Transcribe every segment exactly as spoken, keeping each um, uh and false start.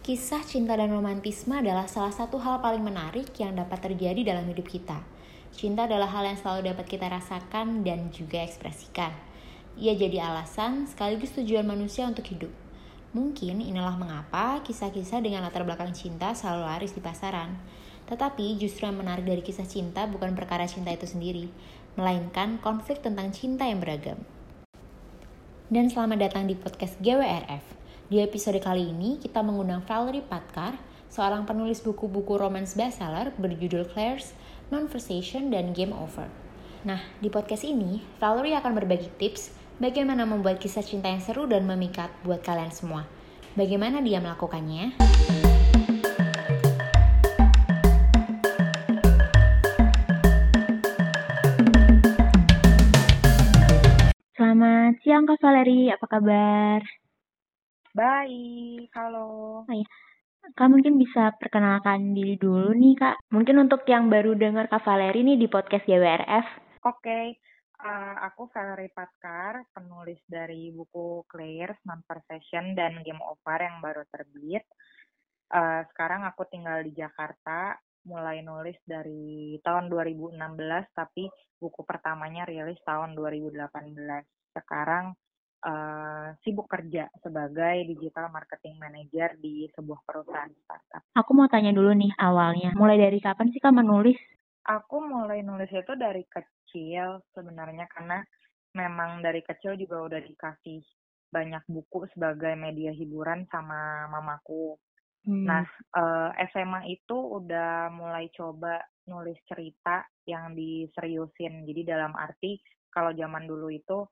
Kisah cinta dan romantisme adalah salah satu hal paling menarik yang dapat terjadi dalam hidup kita. Cinta adalah hal yang selalu dapat kita rasakan dan juga ekspresikan. Ia jadi alasan sekaligus tujuan manusia untuk hidup. Mungkin inilah mengapa kisah-kisah dengan latar belakang cinta selalu laris di pasaran. Tetapi justru yang menarik dari kisah cinta bukan perkara cinta itu sendiri, melainkan konflik tentang cinta yang beragam. Dan selamat datang di podcast G W R F. Di episode kali ini, kita mengundang Valerie Patkar, seorang penulis buku-buku romance bestseller berjudul Claire's, Non-Versation, dan Game Over. Nah, di podcast ini, Valerie akan berbagi tips bagaimana membuat kisah cinta yang seru dan memikat buat kalian semua. Bagaimana dia melakukannya? Selamat siang Kak Valerie, apa kabar? Baik, halo. Oh ya, Kak mungkin bisa perkenalkan diri dulu nih Kak. Mungkin untuk yang baru dengar Kak Valerie nih di podcast G W R F. Oke, uh, aku Valerie Patkar, penulis dari buku Claire's, Non-Versation, dan Game Over yang baru terbit. Uh, sekarang aku tinggal di Jakarta, mulai nulis dari tahun dua ribu enam belas, tapi buku pertamanya rilis tahun dua ribu delapan belas. Sekarang uh, sibuk kerja sebagai digital marketing manager di sebuah perusahaan startup. Aku mau tanya dulu nih awalnya, mulai dari kapan sih Kak menulis? Aku mulai nulis itu dari kecil sebenarnya, karena memang dari kecil juga udah dikasih banyak buku sebagai media hiburan sama mamaku. Hmm. Nah, eh, S M A itu udah mulai coba nulis cerita yang diseriusin. Jadi dalam arti kalau zaman dulu itu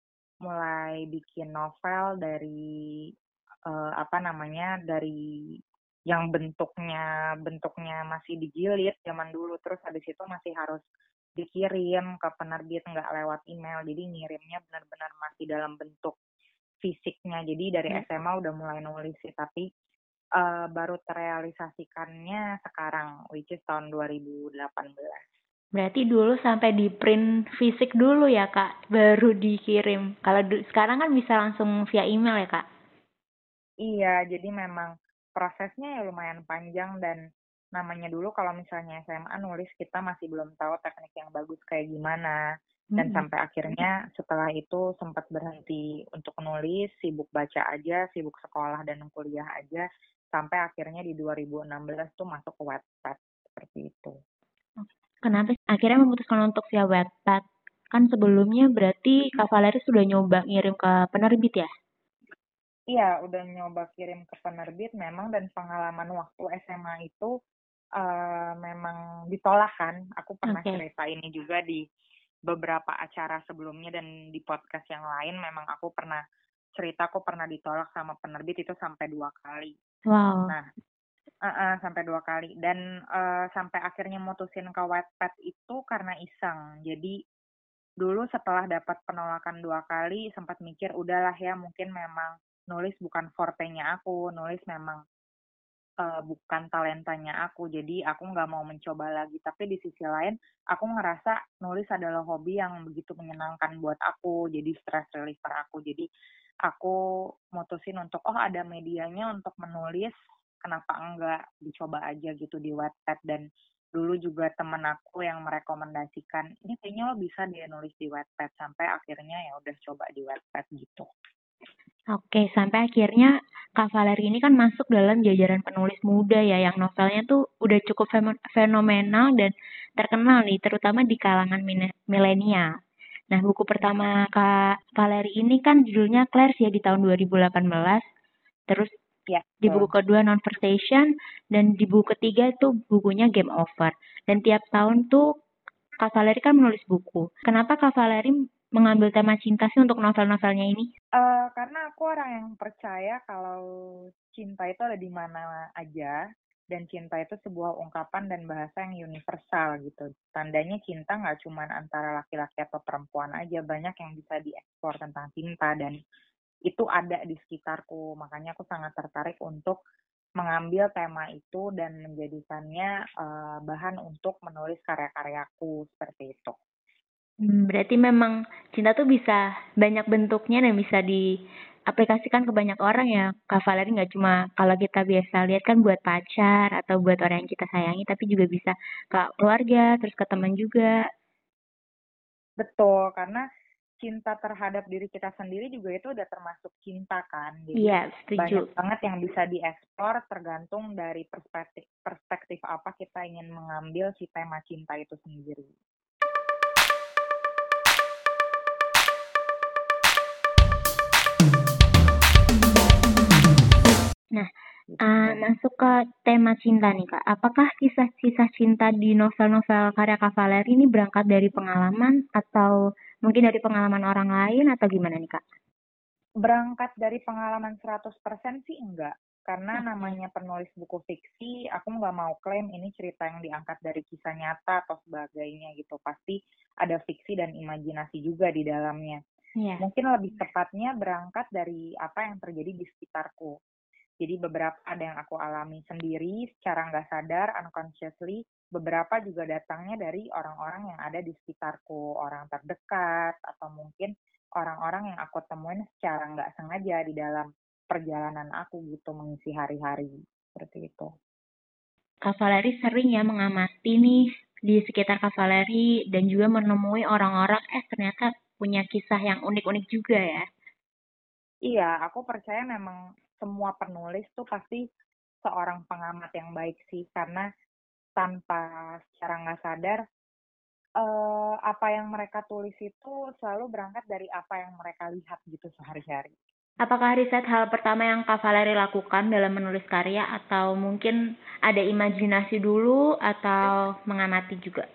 mulai bikin novel dari eh, apa namanya dari yang bentuknya bentuknya masih dijilid zaman dulu, terus habis itu masih harus dikirim ke penerbit, nggak lewat email, jadi ngirimnya benar-benar masih dalam bentuk fisiknya. Jadi dari Hmm. S M A udah mulai nulis sih, tapi uh, baru terrealisasikannya sekarang, which is tahun dua ribu delapan belas. Berarti dulu sampai di print fisik dulu ya Kak, baru dikirim. Kalau du- sekarang kan bisa langsung via email ya Kak? Iya, jadi memang prosesnya ya lumayan panjang, dan namanya dulu kalau misalnya S M A nulis, kita masih belum tahu teknik yang bagus kayak gimana. Dan Hmm. sampai akhirnya setelah itu sempat berhenti untuk nulis, sibuk baca aja, sibuk sekolah dan kuliah aja, sampai akhirnya di dua ribu enam belas tuh masuk ke Wattpad, seperti itu. Kenapa akhirnya memutuskan untuk via Wattpad? Kan sebelumnya berarti Kak Valerie sudah nyoba ngirim ke penerbit ya? Iya, udah nyoba kirim ke penerbit memang, dan pengalaman waktu S M A itu uh, memang ditolak kan. Aku pernah Oke. cerita ini juga di beberapa acara sebelumnya dan di podcast yang lain. Memang aku pernah cerita, aku pernah ditolak sama penerbit itu sampai dua kali. Wow. Nah, uh-uh, sampai dua kali. Dan uh, sampai akhirnya mutusin ke Wattpad itu karena iseng. Jadi dulu setelah dapat penolakan dua kali, sempat mikir udahlah ya, mungkin memang nulis bukan forte-nya aku, nulis memang uh, bukan talentanya aku, jadi aku nggak mau mencoba lagi. Tapi di sisi lain, aku ngerasa nulis adalah hobi yang begitu menyenangkan buat aku, jadi stress reliever aku. Jadi aku mutusin untuk, oh ada medianya untuk menulis, kenapa enggak dicoba aja gitu di Wattpad. Dan dulu juga temen aku yang merekomendasikan, ini kayaknya lo bisa dia nulis di Wattpad, sampai akhirnya ya udah coba di Wattpad gitu. Oke, sampai akhirnya Kak Valerie ini kan masuk dalam jajaran penulis muda ya, yang novelnya tuh udah cukup fenomenal dan terkenal nih, terutama di kalangan milenial. Nah, buku pertama Kak Valerie ini kan judulnya Claire's ya di tahun dua ribu delapan belas. Terus ya, di buku kedua Non-Versation, dan di buku ketiga itu bukunya Game Over. Dan tiap tahun tuh Kak Valerie kan menulis buku. Kenapa Kak Valerie mengambil tema cinta sih untuk novel-novelnya ini? Uh, karena aku orang yang percaya kalau cinta itu ada di mana aja, dan cinta itu sebuah ungkapan dan bahasa yang universal gitu. Tandanya cinta nggak cuma antara laki-laki atau perempuan aja, banyak yang bisa diekspor tentang cinta, dan itu ada di sekitarku. Makanya aku sangat tertarik untuk mengambil tema itu dan menjadikannya uh, bahan untuk menulis karya-karyaku, seperti itu. Hmm, berarti memang cinta tuh bisa banyak bentuknya dan bisa di aplikasikan ke banyak orang ya. Kak Valerie nggak cuma kalau kita biasa lihat kan buat pacar atau buat orang yang kita sayangi, tapi juga bisa ke keluarga, terus ke teman juga. Betul, karena cinta terhadap diri kita sendiri juga itu udah termasuk cinta kan. Jadi Iya, setuju. banyak banget yang bisa dieksplor tergantung dari perspektif perspektif apa kita ingin mengambil si tema cinta itu sendiri. Nah, Gitu. uh, masuk ke tema cinta nih Kak. Apakah kisah-kisah cinta di novel-novel karya Kak Valerie ini berangkat dari pengalaman atau mungkin dari pengalaman orang lain atau gimana nih Kak? Berangkat dari pengalaman seratus persen sih enggak. Karena Oke. namanya penulis buku fiksi, aku nggak mau klaim ini cerita yang diangkat dari kisah nyata atau sebagainya gitu. Pasti ada fiksi dan imajinasi juga di dalamnya. Iya. Mungkin lebih tepatnya berangkat dari apa yang terjadi di sekitarku. Jadi beberapa ada yang aku alami sendiri secara nggak sadar, unconsciously. Beberapa juga datangnya dari orang-orang yang ada di sekitarku, orang terdekat, atau mungkin orang-orang yang aku temuin secara nggak sengaja di dalam perjalanan aku gitu mengisi hari-hari. Seperti itu. Kak Valerie sering ya mengamati nih di sekitar Kak Valerie dan juga menemui orang-orang eh ternyata punya kisah yang unik-unik juga ya. Iya, aku percaya memang semua penulis tuh pasti seorang pengamat yang baik sih, karena tanpa secara nggak sadar, eh, apa yang mereka tulis itu selalu berangkat dari apa yang mereka lihat gitu sehari-hari. Apakah riset hal pertama yang Kak Valerie lakukan dalam menulis karya atau mungkin ada imajinasi dulu atau mengamati juga?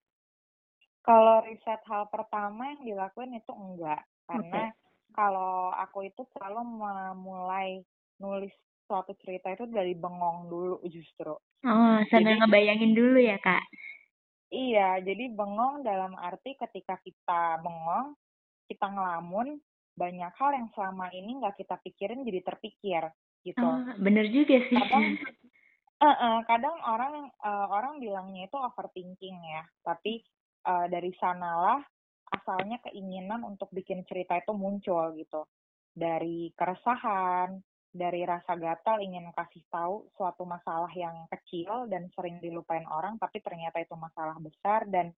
Kalau riset hal pertama yang dilakuin itu enggak, Oke. karena kalau aku itu selalu memulai nulis suatu cerita itu dari bengong dulu justru. Oh, sambil Jadi ngebayangin dulu ya, Kak? iya, jadi bengong dalam arti ketika kita bengong, kita ngelamun, banyak hal yang selama ini nggak kita pikirin jadi terpikir gitu. Oh, bener juga sih. Kadang, eh, eh, kadang orang eh, orang bilangnya itu overthinking ya, tapi eh, dari sanalah asalnya keinginan untuk bikin cerita itu muncul gitu. Dari keresahan, dari rasa gatal ingin kasih tahu suatu masalah yang kecil dan sering dilupain orang, tapi ternyata itu masalah besar dan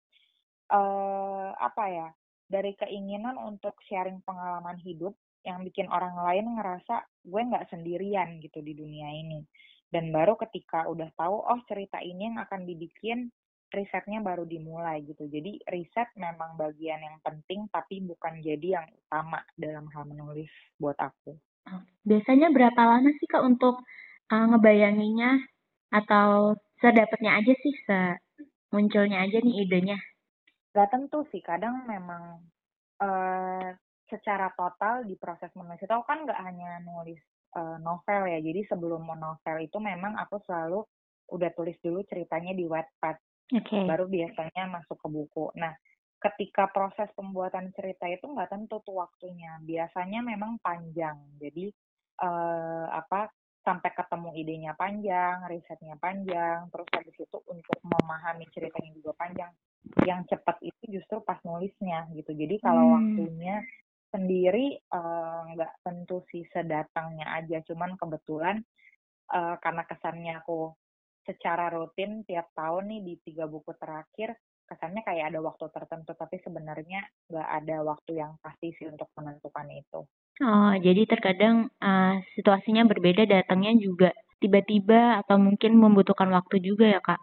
eh apa ya, dari keinginan untuk sharing pengalaman hidup yang bikin orang lain ngerasa gue nggak sendirian gitu di dunia ini. Dan baru ketika udah tahu, oh cerita ini yang akan dibikin, risetnya baru dimulai gitu. Jadi riset memang bagian yang penting, tapi bukan jadi yang utama dalam hal menulis buat aku. Oh, biasanya berapa lama sih, Kak, untuk uh, ngebayanginnya? Atau sedapatnya aja sih, semunculnya aja nih idenya? Gak tentu sih, kadang memang eh secara total di proses menulis itu aku kan nggak hanya nulis eh, novel ya. Jadi sebelum mau novel itu memang aku selalu udah tulis dulu ceritanya di Wattpad, Oke. baru biasanya masuk ke buku. Nah, ketika proses pembuatan cerita itu nggak tentu tuh waktunya. Biasanya memang panjang. Jadi eh, apa sampai ketemu idenya panjang, risetnya panjang, terus habis itu untuk memahami ceritanya juga panjang. Yang cepat itu justru pas nulisnya gitu. Jadi kalau Hmm. waktunya sendiri eh, nggak tentu sih sedatangnya aja. Cuman kebetulan eh, karena kesannya aku secara rutin tiap tahun nih di tiga buku terakhir, kesannya kayak ada waktu tertentu, tapi sebenarnya nggak ada waktu yang pasti sih untuk menentukan itu. Oh, jadi terkadang uh, situasinya berbeda, datangnya juga tiba-tiba atau mungkin membutuhkan waktu juga ya, Kak?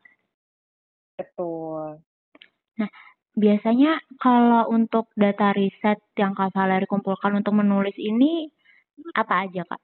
Betul. Nah, biasanya kalau untuk data riset yang Kak Valerie kumpulkan untuk menulis ini apa aja, Kak?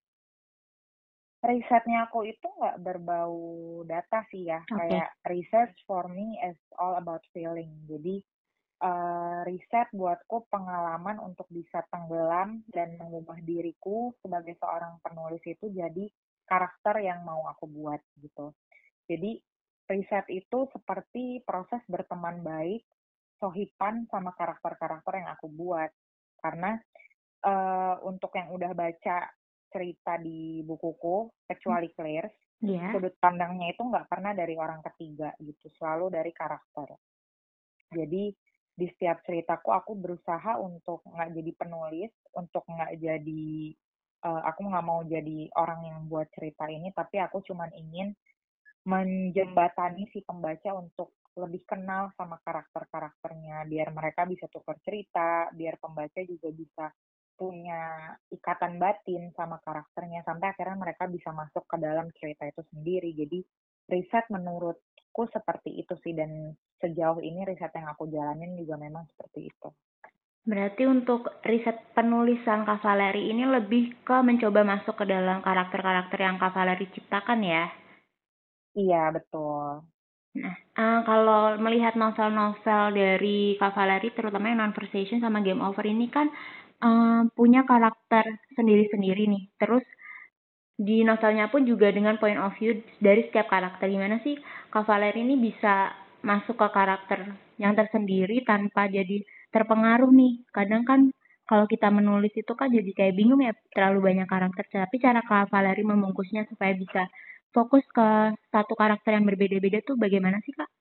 Risetnya aku itu nggak berbau data sih ya, Oke. kayak research for me is all about feeling. Jadi eh, riset buatku pengalaman untuk bisa tenggelam dan mengubah diriku sebagai seorang penulis itu jadi karakter yang mau aku buat gitu. Jadi riset itu seperti proses berteman baik, sohipan sama karakter-karakter yang aku buat. Karena eh, untuk yang udah baca cerita di bukuku, kecuali Claire's, Iya. sudut pandangnya itu nggak pernah dari orang ketiga gitu, selalu dari karakter. Jadi di setiap ceritaku aku berusaha untuk nggak jadi penulis, untuk nggak jadi, eee, aku nggak mau jadi orang yang buat cerita ini, tapi aku cuman ingin menjembatani si pembaca untuk lebih kenal sama karakter-karakternya, biar mereka bisa tukar cerita, biar pembaca juga bisa punya ikatan batin sama karakternya, sampai akhirnya mereka bisa masuk ke dalam cerita itu sendiri. Jadi riset menurutku seperti itu sih, dan sejauh ini riset yang aku jalanin juga memang seperti itu. Berarti untuk riset penulisan Kak Valerie ini lebih ke mencoba masuk ke dalam karakter-karakter yang Kak Valerie ciptakan ya? Iya, betul. Nah, eee, kalau melihat novel-novel dari Kak Valerie terutama yang non-versation sama Game Over ini kan, eee, punya karakter sendiri-sendiri nih. Terus di novelnya pun juga dengan point of view dari setiap karakter. Gimana sih Kak Valerie ini bisa masuk ke karakter yang tersendiri tanpa jadi terpengaruh nih? Kadang kan kalau kita menulis itu kan jadi kayak bingung ya, terlalu banyak karakter. Tapi cara Kak Valerie membungkusnya supaya bisa fokus ke satu karakter yang berbeda-beda tuh bagaimana sih, Kak?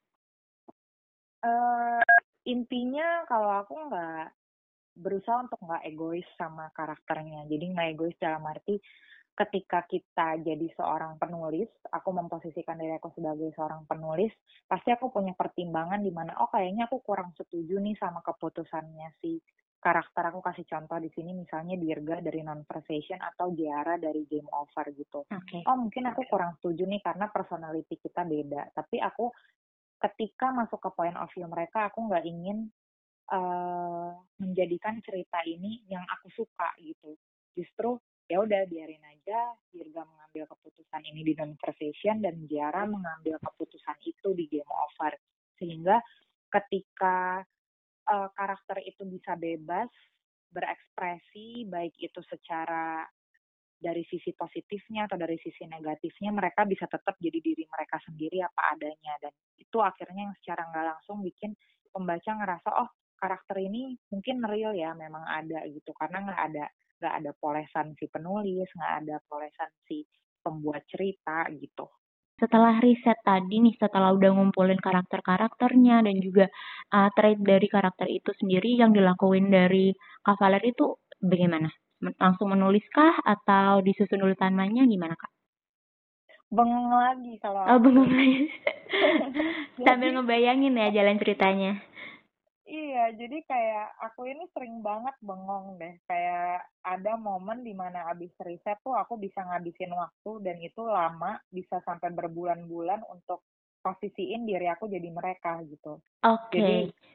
Eee, intinya kalau aku nggak berusaha untuk nggak egois sama karakternya. Jadi nggak egois dalam arti ketika kita jadi seorang penulis, aku memposisikan diri aku sebagai seorang penulis, pasti aku punya pertimbangan di mana, oh kayaknya aku kurang setuju nih sama keputusannya si karakter. Aku kasih contoh di sini misalnya Dirga dari Non-Versation atau Giara dari Game Over gitu. Oke. Oh mungkin aku kurang setuju nih karena personality kita beda. Tapi aku ketika masuk ke point of view mereka, aku nggak ingin Eee, menjadikan cerita ini yang aku suka gitu. Justru ya udah biarin aja Dirga mengambil keputusan ini di Conversation dan Giara mengambil keputusan itu di Game Over. Sehingga ketika, eee, karakter itu bisa bebas berekspresi, baik itu secara dari sisi positifnya atau dari sisi negatifnya, mereka bisa tetap jadi diri mereka sendiri apa adanya, dan itu akhirnya yang secara nggak langsung bikin pembaca ngerasa, "Oh, karakter ini mungkin real ya, memang ada," gitu. Karena nggak ada nggak ada polesan si penulis, nggak ada polesan si pembuat cerita, gitu. Setelah riset tadi nih, setelah udah ngumpulin karakter-karakternya dan juga uh, trait dari karakter itu sendiri yang dilakuin dari Kak Valerie itu bagaimana? Men- Langsung menuliskah atau disusun dulu timelinenya gimana, Kak? Bengong lagi kalau Oh, aku. bengong lagi. Sambil Jadi ngebayangin ya jalan ceritanya. iya, jadi kayak aku ini sering banget bengong deh. Kayak ada momen di mana abis riset tuh aku bisa ngabisin waktu dan itu lama, bisa sampai berbulan-bulan untuk posisiin diri aku jadi mereka gitu. Oke. Jadi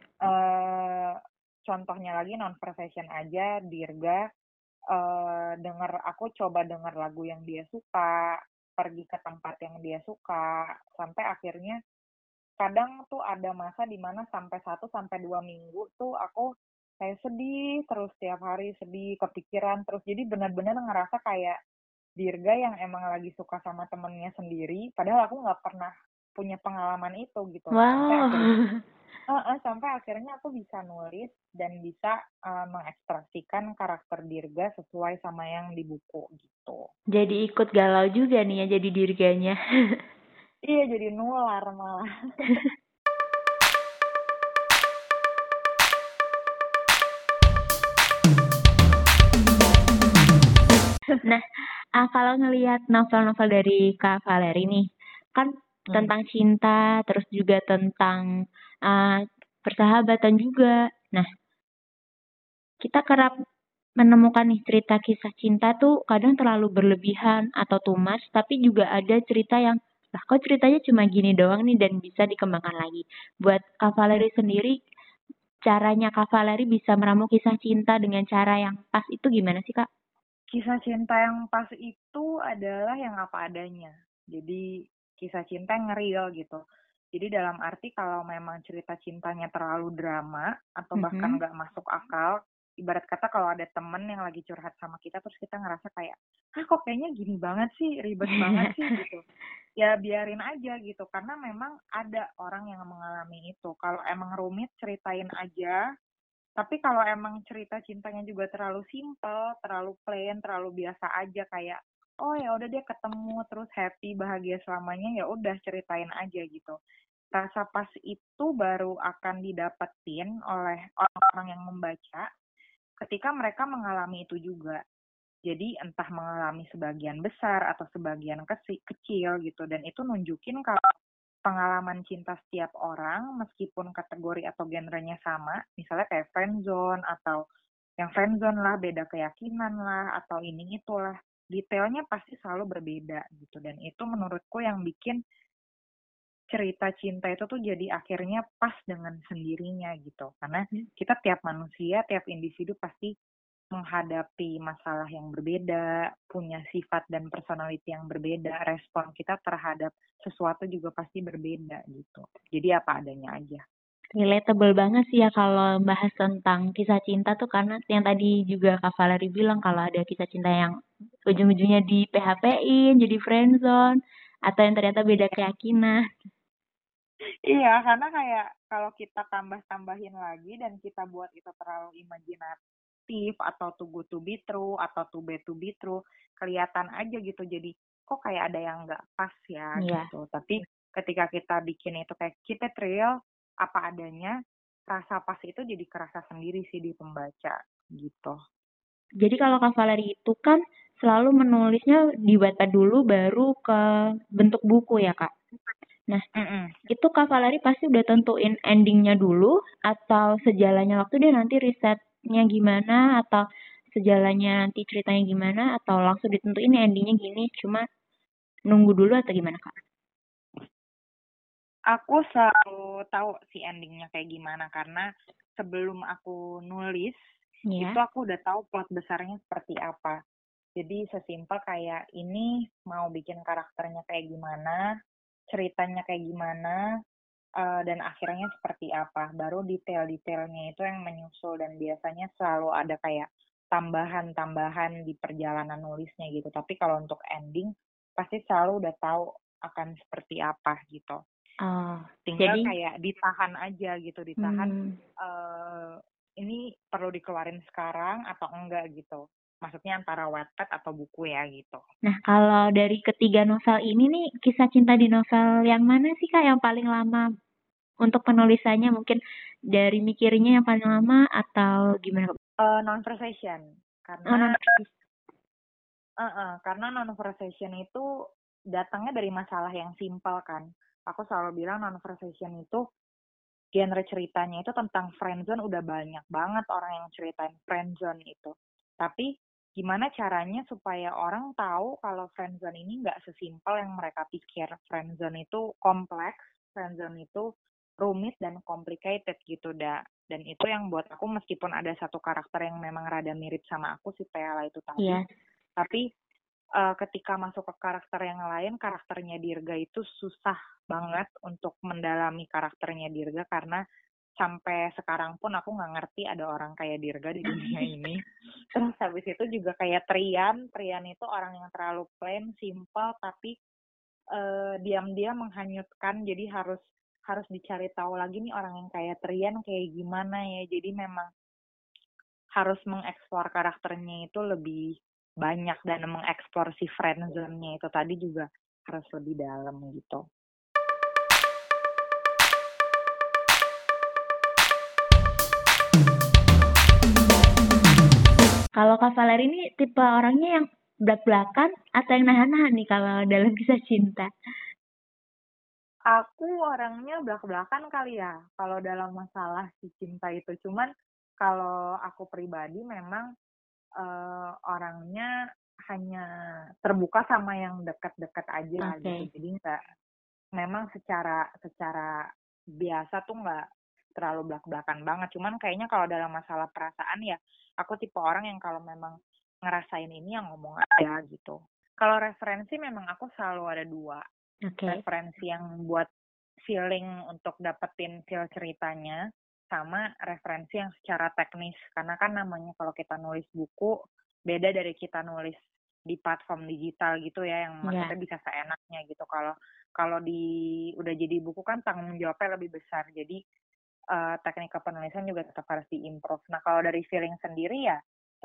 eh contohnya lagi non-profession aja, Dirga eh denger aku coba denger lagu yang dia suka, pergi ke tempat yang dia suka, sampai akhirnya kadang tuh ada masa di mana sampai satu sampai dua minggu tuh aku kayak sedih terus, tiap hari sedih, kepikiran terus. Jadi benar-benar ngerasa kayak Dirga yang emang lagi suka sama temennya sendiri, padahal aku nggak pernah punya pengalaman itu gitu. Sampai akhirnya Wow. heeh, sampai akhirnya aku bisa nulis dan bisa, eee, mengekspresikan karakter Dirga sesuai sama yang di buku gitu. Jadi ikut galau juga nih ya jadi dirganya. Iya, jadi nular malah. Nah, ah, kalau ngelihat novel-novel dari Kak Valerie nih, kan Mmm, tentang cinta, terus juga tentang uh, persahabatan juga. Nah, kita kerap menemukan nih cerita kisah cinta tuh kadang terlalu berlebihan atau too much, tapi juga ada cerita yang, lah kok ceritanya cuma gini doang nih dan bisa dikembangkan lagi. Buat Kak mhm. Valerie sendiri, caranya Kak Valerie bisa meramu kisah cinta dengan cara yang pas itu gimana sih, Kak? Kisah cinta yang pas itu adalah yang apa adanya. Jadi kisah cinta yang real gitu. Jadi dalam arti kalau memang cerita cintanya terlalu drama atau bahkan Mhm. nggak masuk akal, ibarat kata kalau ada temen yang lagi curhat sama kita terus kita ngerasa kayak, "Hah kok kayaknya gini banget sih, ribet banget sih," gitu. Ya biarin aja gitu, karena memang ada orang yang mengalami itu. Kalau emang rumit ceritain aja, tapi kalau emang cerita cintanya juga terlalu simpel, terlalu plain, terlalu biasa aja kayak, oh ya udah dia ketemu terus happy bahagia selamanya, ya udah ceritain aja gitu. rasa pas itu baru akan didapetin oleh orang-orang yang membaca ketika mereka mengalami itu juga. Jadi entah mengalami sebagian besar atau sebagian kesi kecil gitu, dan itu nunjukin kalau pengalaman cinta setiap orang meskipun kategori atau genrenya sama, misalnya kayak friendzone atau yang friendzone lah, beda keyakinan lah, atau ini itulah, detailnya pasti selalu berbeda gitu. Dan itu menurutku yang bikin cerita cinta itu tuh jadi akhirnya pas dengan sendirinya gitu. Karena kita tiap manusia, tiap individu pasti menghadapi masalah yang berbeda, punya sifat dan personality yang berbeda, respon kita terhadap sesuatu juga pasti berbeda gitu. Jadi apa adanya aja. Relatable banget sih ya kalau bahas tentang kisah cinta tuh, karena yang tadi juga Kak Valerie bilang kalau ada kisah cinta yang ujung-ujungnya di P H P-in, jadi friendzone, atau yang ternyata beda keyakinan. Iya, karena kayak kalau kita tambah-tambahin lagi dan kita buat itu terlalu imajinatif atau too good to be true atau too bad to be true, kelihatan aja gitu. Jadi kok kayak ada yang nggak pas ya Iya. gitu. Tapi ketika kita bikin itu kayak keep it real, apa adanya, rasa pas itu jadi kerasa sendiri sih di pembaca gitu. Jadi kalau Kak Valerie itu kan selalu menulisnya di Wattpad dulu baru ke bentuk buku ya Kak. Nah, Mm-mm. itu Kak Valerie pasti udah tentuin endingnya dulu, atau sejalannya waktu dia nanti risetnya gimana, atau sejalannya nanti ceritanya gimana, atau langsung ditentuin endingnya gini, cuma nunggu dulu atau gimana Kak? Aku selalu tahu si endingnya kayak gimana karena sebelum aku nulis Iya. itu aku udah tahu plot besarnya seperti apa. Jadi sesimpel kayak ini mau bikin karakternya kayak gimana, ceritanya kayak gimana, uh, dan akhirnya seperti apa. Baru detail-detailnya itu yang menyusul dan biasanya selalu ada kayak tambahan-tambahan di perjalanan nulisnya gitu. Tapi kalau untuk ending pasti selalu udah tahu akan seperti apa gitu. Oh, Tinggal jadi kayak ditahan aja gitu, ditahan hmm, uh, ini perlu dikeluarin sekarang atau enggak gitu. Maksudnya antara Wattpad atau buku ya gitu. nah kalau dari ketiga novel ini nih, kisah cinta di novel yang mana sih Kak yang paling lama untuk penulisannya? Mungkin dari mikirnya yang paling lama atau gimana Kak? Uh, non-versation. Oh, Karena non Uh-uh, karena non-versation itu datangnya dari masalah yang simpel kan. Aku selalu bilang non-versation itu genre ceritanya itu tentang friendzone, udah banyak banget orang yang ceritain friendzone itu. Tapi gimana caranya supaya orang tahu kalau friendzone ini nggak sesimpel yang mereka pikir. Friendzone itu kompleks, friendzone itu rumit dan complicated gitu dah. Dan itu yang buat aku meskipun ada satu karakter yang memang rada mirip sama aku si Peala itu tadi, Iya. tapi uh, ketika masuk ke karakter yang lain, karakternya Dirga itu susah banget untuk mendalami karakternya Dirga karena sampai sekarang pun aku nggak ngerti ada orang kayak Dirga di dunia ini. Terus habis itu juga kayak Trian, Trian itu orang yang terlalu plain, simple, tapi uh, diam-diam menghanyutkan. Jadi harus harus dicari tahu lagi nih orang yang kayak Trian kayak gimana ya. Jadi memang harus mengeksplor karakternya itu lebih banyak dan mengeksplor si friendzone-nya itu tadi juga harus lebih dalam gitu. Kalau Kak Valerie ini tipe orangnya yang belak-belakan atau yang nahan-nahan nih kalau dalam kisah cinta? Aku orangnya belak-belakan kali ya kalau dalam masalah si cinta itu. Cuman kalau aku pribadi memang uh, orangnya hanya terbuka sama yang dekat-dekat aja Oke. gitu. Jadi nggak, memang secara secara biasa tuh nggak terlalu belak-belakan banget. Cuman kayaknya kalau dalam masalah perasaan ya aku tipe orang yang kalau memang ngerasain ini yang ngomong aja gitu. Kalau referensi memang aku selalu ada dua. Oke. Referensi yang buat feeling untuk dapetin feel ceritanya, sama referensi yang secara teknis. Karena kan namanya kalau kita nulis buku, beda dari kita nulis di platform digital gitu ya, yang maksudnya Yeah. bisa seenaknya gitu. Kalau kalau di udah jadi buku kan tanggung jawabnya lebih besar. Jadi uh, teknik kepenulisan juga tetap harus diimprove. Nah kalau dari feeling sendiri ya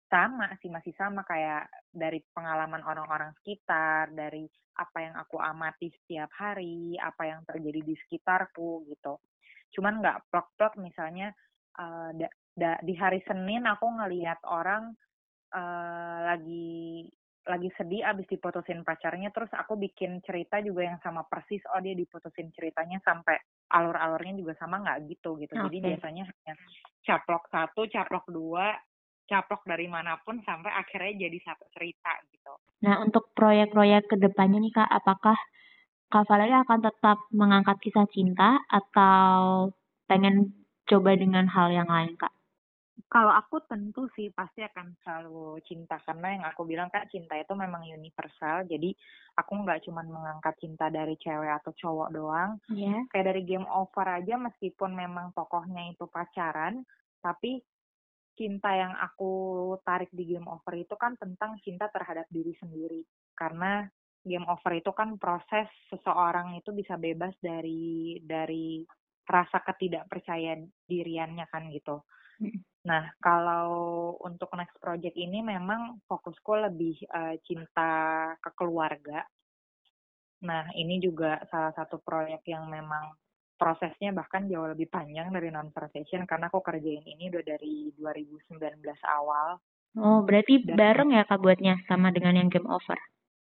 sama sih, masih sama kayak dari pengalaman orang-orang sekitar, dari apa yang aku amati setiap hari, apa yang terjadi di sekitarku gitu. Cuman nggak plek-plek misalnya, eee, da da di hari Senin aku ngelihat orang, eee, lagi lagi sedih abis diputusin pacarnya, terus aku bikin cerita juga yang sama persis, oh dia diputusin ceritanya sampai alur-alurnya juga sama, nggak gitu, gitu. Jadi Oke. biasanya hanya caplok satu, caplok dua, caplok dari manapun sampai akhirnya jadi satu cerita gitu. Nah, untuk proyek-proyek ke depannya nih Kak, apakah Kak Valery akan tetap mengangkat kisah cinta atau pengen coba dengan hal yang lain, Kak? Kalau aku tentu sih pasti akan selalu cinta, karena yang aku bilang Kak, cinta itu memang universal. Jadi aku nggak cuman mengangkat cinta dari cewek atau cowok doang. Iya. Kayak dari Game Over aja meskipun memang tokohnya itu pacaran, tapi cinta yang aku tarik di Game Over itu kan tentang cinta terhadap diri sendiri. Karena Game Over itu kan proses seseorang itu bisa bebas dari dari rasa ketidakpercayaan diriannya kan gitu. Mhm. Nah, kalau untuk next project ini memang fokusku lebih, eee, cinta ke keluarga. Nah, ini juga salah satu proyek yang memang prosesnya bahkan jauh lebih panjang dari non-profession karena aku kerjain ini udah dari dua ribu sembilan belas awal Oh, berarti dan bareng ya Kak buatnya sama dengan yang Game Over?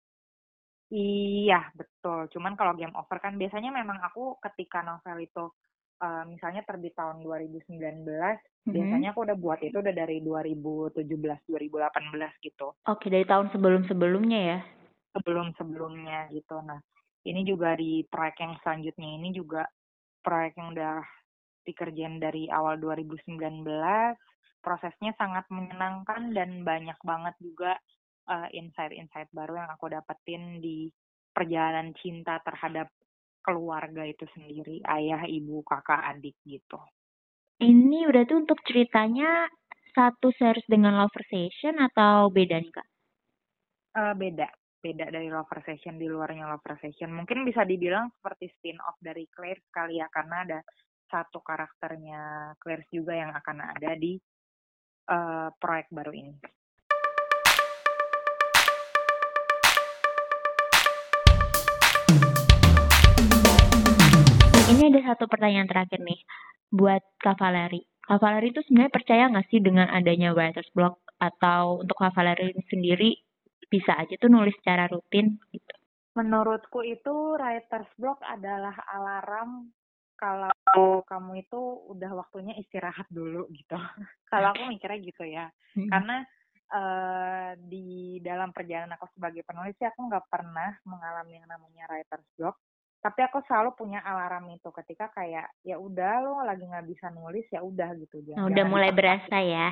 iya, betul. Cuman kalau Game Over kan biasanya memang aku ketika novel itu, eee, misalnya terbit tahun dua ribu sembilan belas, Mhm. biasanya aku udah buat itu udah dari dua ribu tujuh belas, dua ribu delapan belas gitu. Oke, dari tahun sebelum-sebelumnya ya? Sebelum-sebelumnya gitu. Nah, ini juga di proyek yang selanjutnya ini juga proyek yang udah dikerjain dari awal dua ribu sembilan belas, prosesnya sangat menyenangkan dan banyak banget juga, eee, insight-insight baru yang aku dapetin di perjalanan cinta terhadap keluarga itu sendiri, ayah, ibu, kakak, adik gitu. Ini udah tuh untuk ceritanya satu series dengan Loversation atau beda nih Kak? Eee, beda beda dari Loversation, di luarnya Loversation. Mungkin bisa dibilang seperti spin-off dari Claire's kali ya, karena ada satu karakternya Claire's juga yang akan ada di, eee, proyek baru ini. Ini ada satu pertanyaan terakhir nih buat Kak Valery. Kak Valery itu sebenarnya percaya nggak sih dengan adanya writer's block atau untuk Kak Valery sendiri bisa aja tuh nulis secara rutin gitu? Menurutku itu writer's block adalah alarm kalau kamu itu udah waktunya istirahat dulu gitu. Kalau aku mikirnya gitu ya. Mhm. Karena, eee, di dalam perjalanan aku sebagai penulis sih aku nggak pernah mengalami yang namanya writer's block, tapi aku selalu punya alarm itu ketika kayak, ya udah lo lagi nggak bisa nulis, ya udah gitu, Nah, jangan udah jangan mulai dipaksain. berasa ya.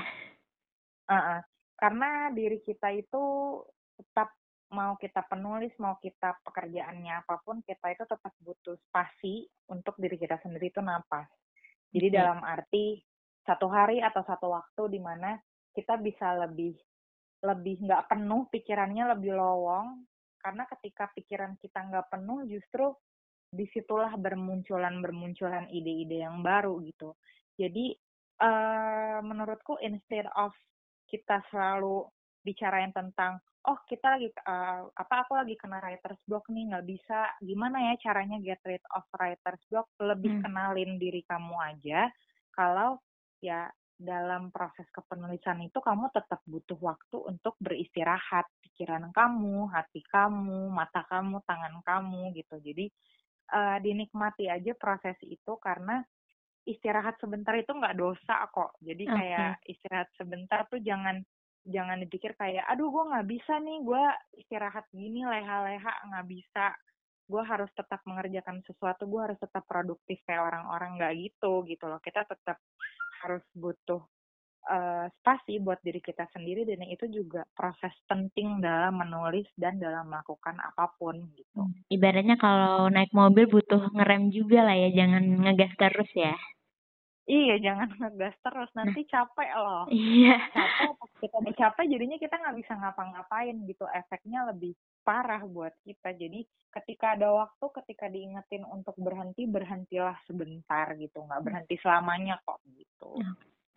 Heeh, karena diri kita itu tetap mau kita penulis, mau kita pekerjaannya apapun, kita itu tetap butuh spasi untuk diri kita sendiri itu napas. Jadi Oke. dalam arti satu hari atau satu waktu di mana kita bisa lebih lebih nggak penuh, pikirannya lebih lowong, karena ketika pikiran kita nggak penuh justru disitulah bermunculan-bermunculan ide-ide yang baru gitu. Jadi, eee, menurutku instead of kita selalu bicarain tentang, "Oh kita lagi, eee, apa, aku lagi kena writer's block nih, nggak bisa, gimana ya caranya get rid of writer's block?" Lebih Hmm. kenalin diri kamu aja, kalau ya dalam proses kepenulisan itu kamu tetap butuh waktu untuk beristirahat, pikiran kamu, hati kamu, mata kamu, tangan kamu gitu. Jadi, eee, dinikmati aja proses itu karena istirahat sebentar itu nggak dosa kok. Jadi Oke. kayak istirahat sebentar tuh jangan jangan dipikir kayak, "Aduh gue nggak bisa nih, gue istirahat gini leha-leha, nggak bisa. Gue harus tetap mengerjakan sesuatu, gue harus tetap produktif kayak orang-orang." Nggak gitu, gitu loh. Kita tetap harus butuh, eee, spasi buat diri kita sendiri dan itu juga proses penting dalam menulis dan dalam melakukan apapun gitu. Hmm. Ibaratnya kalau naik mobil butuh ngerem juga lah ya, jangan ngegas terus ya. Iya, jangan ngegas terus, Nah, nanti capek loh. iya. Capek, pas kita udah capek jadinya kita nggak bisa ngapa-ngapain gitu, efeknya lebih parah buat kita. Jadi ketika ada waktu, ketika diingetin untuk berhenti, berhentilah sebentar gitu, nggak berhenti selamanya kok gitu.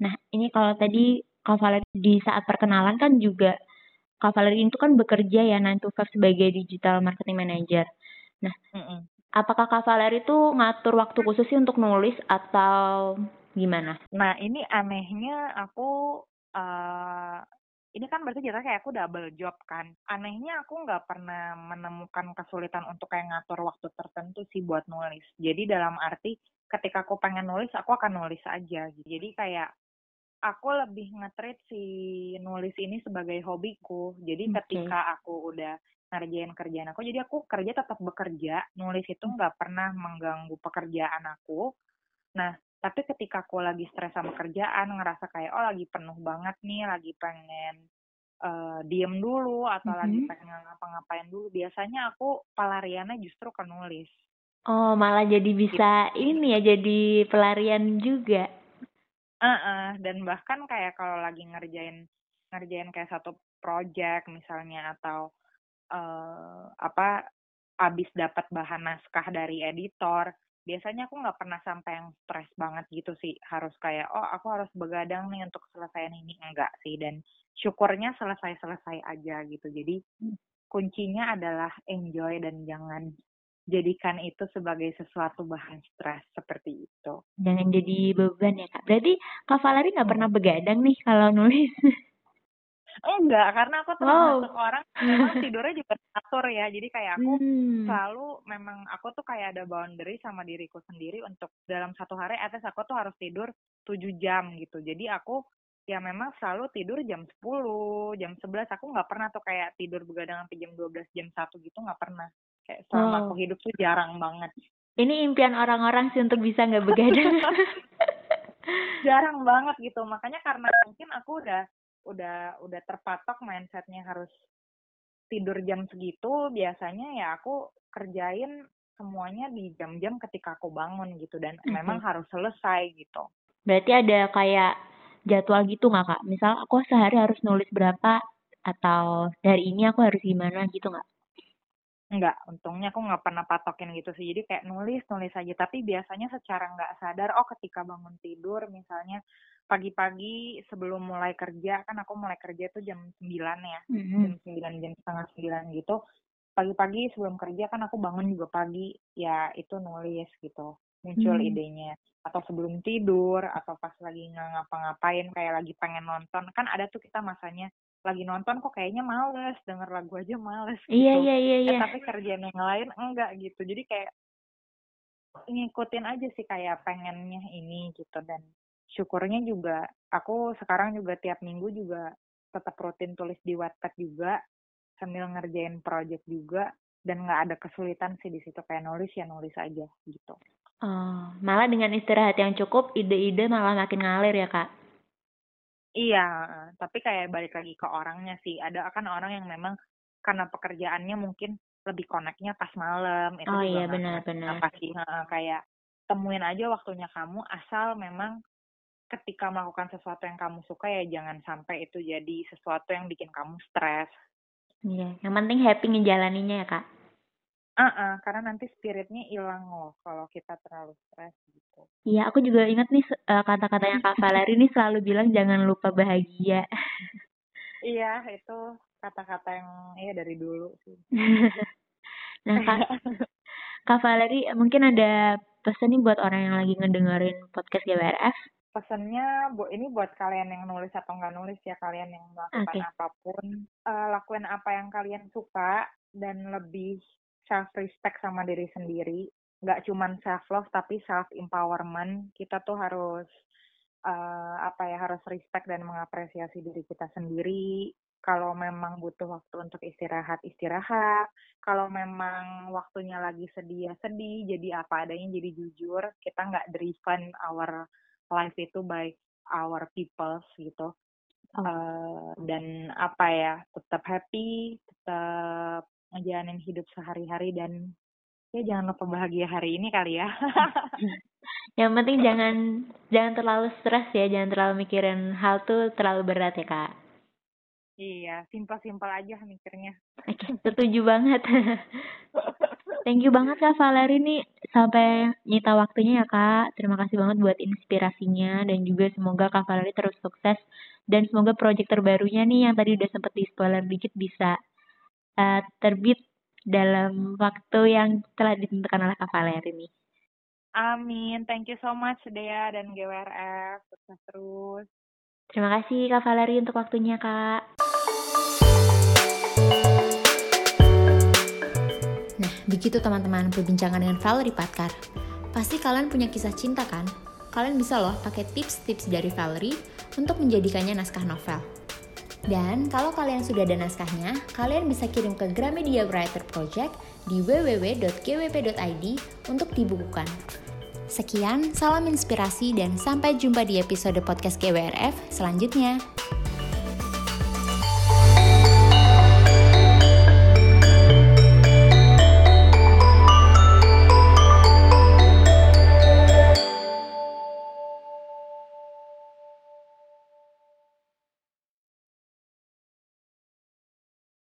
Nah, ini kalau tadi Kak Valerie di saat perkenalan kan juga Kak Valerie itu kan bekerja ya nine to five sebagai digital marketing manager. Nah, Mm-mm. apakah Kak Valerie tuh ngatur waktu khusus sih untuk nulis atau gimana? Nah, ini anehnya aku eh ini kan berarti jadinya kayak aku double job kan. Anehnya aku nggak pernah menemukan kesulitan untuk kayak ngatur waktu tertentu sih buat nulis. Jadi dalam arti ketika aku pengen nulis, aku akan nulis aja gitu. Jadi kayak aku lebih nge-treat si nulis ini sebagai hobiku. Jadi Oke. ketika aku udah ngerjain kerjaan aku, jadi aku kerja tetap bekerja. Nulis itu nggak pernah mengganggu pekerjaan aku. Nah, tapi ketika aku lagi stres sama kerjaan, ngerasa kayak, oh lagi penuh banget nih, lagi pengen eh, diem dulu, atau lagi Mhm. pengen ngapa-ngapain dulu, biasanya aku pelariannya justru ke nulis. Oh, malah jadi Gitu. bisa ini ya, jadi pelarian juga. Heeh, dan bahkan kayak kalau lagi ngerjain ngerjain kayak satu project misalnya, atau eh, apa abis dapat bahan naskah dari editor, biasanya aku nggak pernah sampai yang stres banget gitu sih, harus kayak oh aku harus begadang nih untuk selesaiin ini, enggak sih. Dan syukurnya selesai-selesai aja gitu. Jadi kuncinya adalah enjoy dan jangan jadikan itu sebagai sesuatu bahan stres seperti itu. Jangan jadi beban ya, Kak. Berarti Kak Valerie nggak pernah Mm. begadang nih kalau nulis. Enggak, karena aku termasuk Wow. orang memang tidurnya juga teratur ya. Jadi kayak aku Hmm. selalu memang aku tuh kayak ada boundary sama diriku sendiri untuk dalam satu hari at least aku tuh harus tidur tujuh jam gitu. Jadi aku ya memang selalu tidur jam sepuluh, jam sebelas. Aku nggak pernah tuh kayak tidur begadang sampai jam dua belas, jam satu gitu, nggak pernah. Kayak selama aku Wow. hidup tuh jarang banget. Ini impian orang-orang sih untuk bisa nggak begadang. Jarang banget gitu. Makanya karena mungkin aku udah udah udah terpatok mindsetnya harus tidur jam segitu, biasanya ya aku kerjain semuanya di jam-jam ketika aku bangun gitu, dan memang Oke. harus selesai gitu. Berarti ada kayak jadwal gitu nggak, Kak? Misal aku sehari harus nulis berapa atau dari ini aku harus gimana gitu nggak? Enggak, untungnya aku nggak pernah patokin gitu sih. Jadi kayak nulis, nulis aja. Tapi biasanya secara nggak sadar, oh ketika bangun tidur misalnya pagi-pagi sebelum mulai kerja, kan aku mulai kerja tuh jam sembilan ya. Mhm. Jam sembilan, jam setengah sembilan gitu. Pagi-pagi sebelum kerja kan aku bangun juga pagi, ya itu nulis gitu. Muncul Hmm. idenya. Atau sebelum tidur, atau pas lagi nggak ngapa-ngapain, kayak lagi pengen nonton. Kan ada tuh kita masanya lagi nonton kok kayaknya males, denger lagu aja males Iya, gitu. iya, iya, Eh iya. tapi kerjaan yang lain enggak gitu. Jadi kayak ngikutin aja sih kayak pengennya ini gitu. Dan syukurnya juga aku sekarang juga tiap minggu juga tetap rutin tulis di Wattpad juga sambil ngerjain project juga, dan nggak ada kesulitan sih di situ, kayak nulis ya nulis aja gitu. Oh, malah dengan istirahat yang cukup, ide-ide malah makin ngalir ya, Kak? Iya, tapi kayak balik lagi ke orangnya sih. Ada kan orang yang memang karena pekerjaannya mungkin lebih connect-nya pas malam, itu Oh juga iya, nggak benar-benar. kenapa sih. Heeh, kayak temuin aja waktunya kamu, asal memang ketika melakukan sesuatu yang kamu suka ya jangan sampai itu jadi sesuatu yang bikin kamu stres. Iya, yang penting happy ngejalaninnya ya, Kak? Heeh, karena nanti spiritnya hilang loh kalau kita terlalu stres gitu. Iya, aku juga ingat nih se- eh, kata-katanya Kak Valerie nih selalu bilang jangan lupa bahagia. Iya, itu kata-kata yang iya dari dulu sih. Nah, Kak, Kak Valerie mungkin ada pesan nih buat orang yang lagi ngedengerin podcast G W R F. Pesannya bu ini buat kalian yang nulis atau nggak nulis ya, kalian yang melakukan Oke. apapun, eh, lakuin apa yang kalian suka dan lebih self respect sama diri sendiri. Nggak cuman self love tapi self empowerment. Kita tuh harus eh, apa ya, harus respect dan mengapresiasi diri kita sendiri. Kalau memang butuh waktu untuk istirahat, istirahat. Kalau memang waktunya lagi sedih, ya sedih. Jadi apa adanya, jadi jujur. Kita nggak driven our life itu by our peoples gitu. Oh, Uh, dan apa ya, tetap happy, tetap ngejalanin hidup sehari-hari, dan ya jangan lupa bahagia hari ini kali ya. yang penting jangan jangan terlalu stres ya, jangan terlalu mikirin hal tuh terlalu berat ya, Kak. Iya, simpel-simpel aja mikirnya. Oke, setuju banget. Thank you banget Kak Valerie nih sampai nyita waktunya ya Kak. Terima kasih banget buat inspirasinya dan juga semoga Kak Valerie terus sukses dan semoga proyek terbarunya nih yang tadi udah sempet di spoiler dikit bisa uh, terbit dalam waktu yang telah ditentukan oleh Kak Valerie nih. Amin. Thank you so much Dea dan G W R F. Sukses terus. Terima kasih Kak Valerie untuk waktunya Kak. Nah, begitu teman-teman perbincangan dengan Valerie Patkar. Pasti kalian punya kisah cinta kan? Kalian bisa loh pakai tips-tips dari Valerie untuk menjadikannya naskah novel. Dan kalau kalian sudah ada naskahnya, kalian bisa kirim ke Gramedia Writer Project di w w w dot g w p dot i d untuk dibukukan. Sekian, salam inspirasi dan sampai jumpa di episode podcast G W R F selanjutnya.